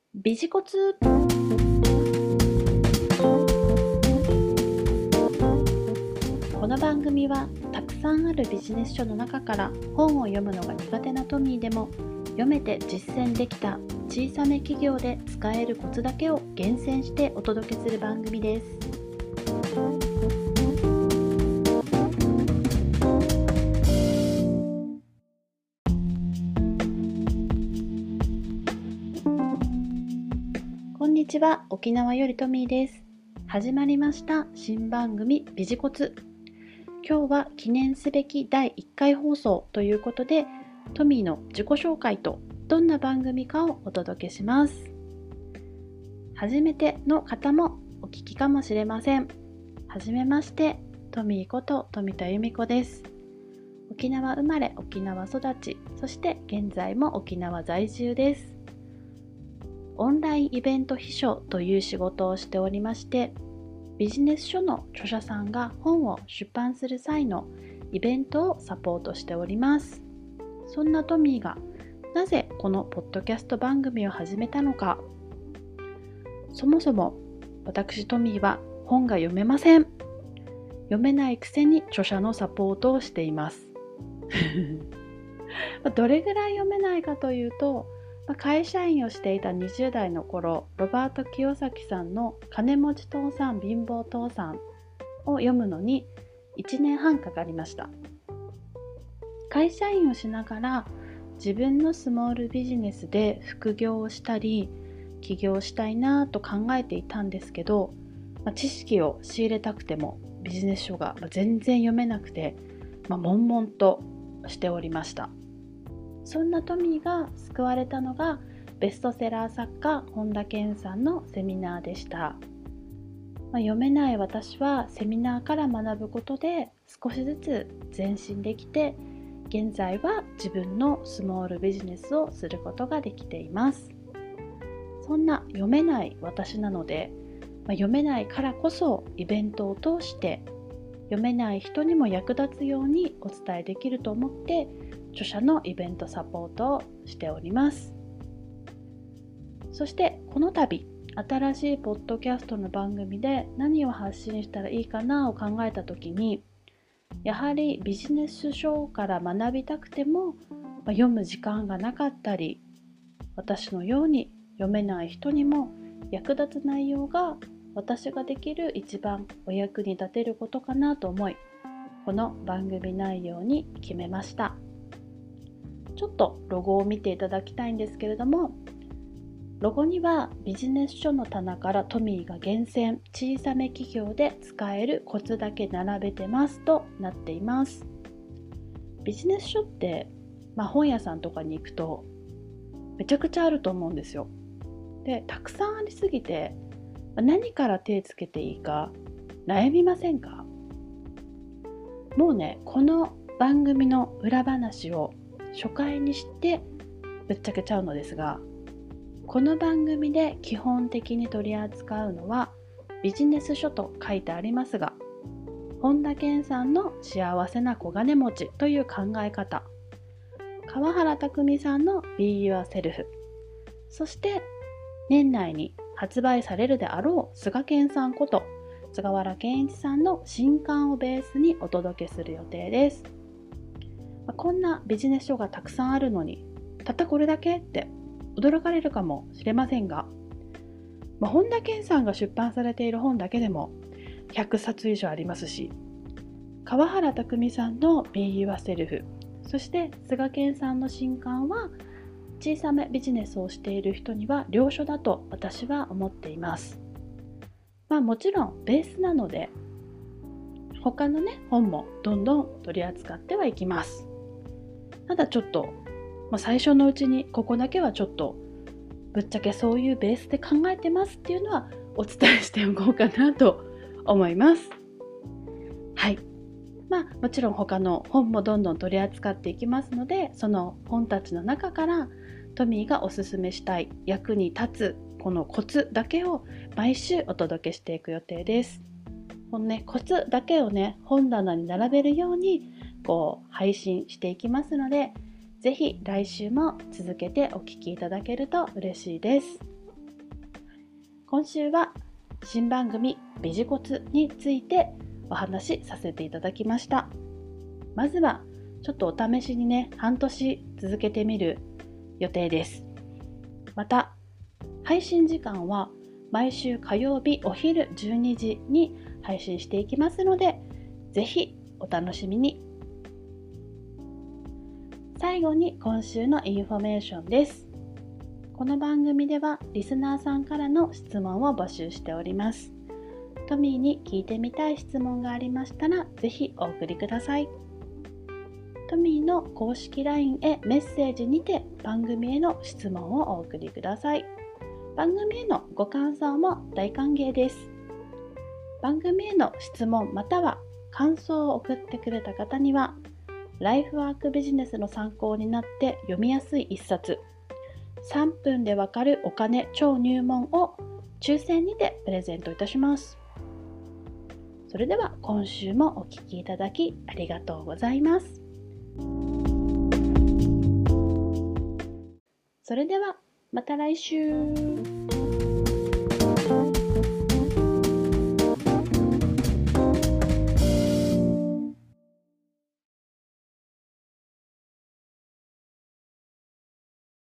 ビジコツ。この番組はたくさんあるビジネス書の中から本を読むのが苦手なトミーでも読めて実践できた小さめ企業で使えるコツだけを厳選してお届けする番組です。こんにちは、沖縄よりトミーです。始まりました新番組ビジコツ。今日は記念すべき第1回放送ということで、トミーの自己紹介とどんな番組かをお届けします。初めての方もお聞きかもしれません。はじめまして、トミーこと富田由美子です。沖縄生まれ、沖縄育ち、そして現在も沖縄在住です。オンラインイベント秘書という仕事をしておりまして、ビジネス書の著者さんが本を出版する際のイベントをサポートしております。そんなトミーがなぜこのポッドキャスト番組を始めたのか。そもそも私トミーは本が読めません。読めないくせに著者のサポートをしていますどれぐらい読めないかというと、会社員をしていた20代の頃、ロバート清崎さんの金持ち父さん貧乏父さんを読むのに1年半かかりました。会社員をしながら自分のスモールビジネスで副業をしたり起業したいなと考えていたんですけど、知識を仕入れたくてもビジネス書が全然読めなくて、悶々としておりました。そんなトミーが救われたのがベストセラー作家本田健さんのセミナーでした。読めない私はセミナーから学ぶことで少しずつ前進できて、現在は自分のスモールビジネスをすることができています。そんな読めない私なので、読めないからこそイベントを通して読めない人にも役立つようにお伝えできると思って著者のイベントサポートをしております。そしてこの度新しいポッドキャストの番組で何を発信したらいいかなを考えた時に、やはりビジネス書から学びたくても、読む時間がなかったり、私のように読めない人にも役立つ内容が私ができる一番お役に立てることかなと思い、この番組内容に決めました。ちょっとロゴを見ていただきたいんですけれども、ロゴにはビジネス書の棚からトミーが厳選小さめ企業で使えるコツだけ並べてますとなっています。ビジネス書って、本屋さんとかに行くとめちゃくちゃあると思うんですよ。で、たくさんありすぎて何から手つけていいか悩みませんか？もうね、この番組の裏話を初回にしてぶっちゃけちゃうのですが、この番組で基本的に取り扱うのはビジネス書と書いてありますが、本田健さんの幸せな小金持ちという考え方、川原拓さんの Be Yourself、 そして年内に発売されるであろう菅健さんこと菅原健一さんの新刊をベースにお届けする予定です。こんなビジネス書がたくさんあるのにたったこれだけって驚かれるかもしれませんが、本田健さんが出版されている本だけでも100冊以上ありますし、川原拓さんの Be Yourself、 そして菅健さんの新刊は小さめビジネスをしている人には良書だと私は思っています。もちろんベースなので他の本もどんどん取り扱ってはいきます。ただちょっと、最初のうちにここだけはちょっとぶっちゃけそういうベースで考えてますっていうのはお伝えしておこうかなと思います。はい。もちろん他の本もどんどん取り扱っていきますので、その本たちの中からトミーがおすすめしたい役に立つこのコツだけを毎週お届けしていく予定です。このコツだけを本棚に並べるように配信していきますので、ぜひ来週も続けてお聞きいただけると嬉しいです。 今週は新番組ビジコツについてお話しさせていただきました。まずはちょっとお試しにね、半年続けてみる予定です。また配信時間は毎週火曜日お昼12時に配信していきますので、ぜひお楽しみに。最後に今週のインフォメーションです。この番組ではリスナーさんからの質問を募集しております。トミーに聞いてみたい質問がありましたら、ぜひお送りください。トミーの公式 LINE へメッセージにて番組への質問をお送りください。番組へのご感想も大歓迎です。番組への質問または感想を送ってくれた方には、ライフワークビジネスの参考になって読みやすい一冊、3分でわかるお金超入門を抽選にてプレゼントいたします。それでは今週もお聞きいただきありがとうございます。それではまた来週。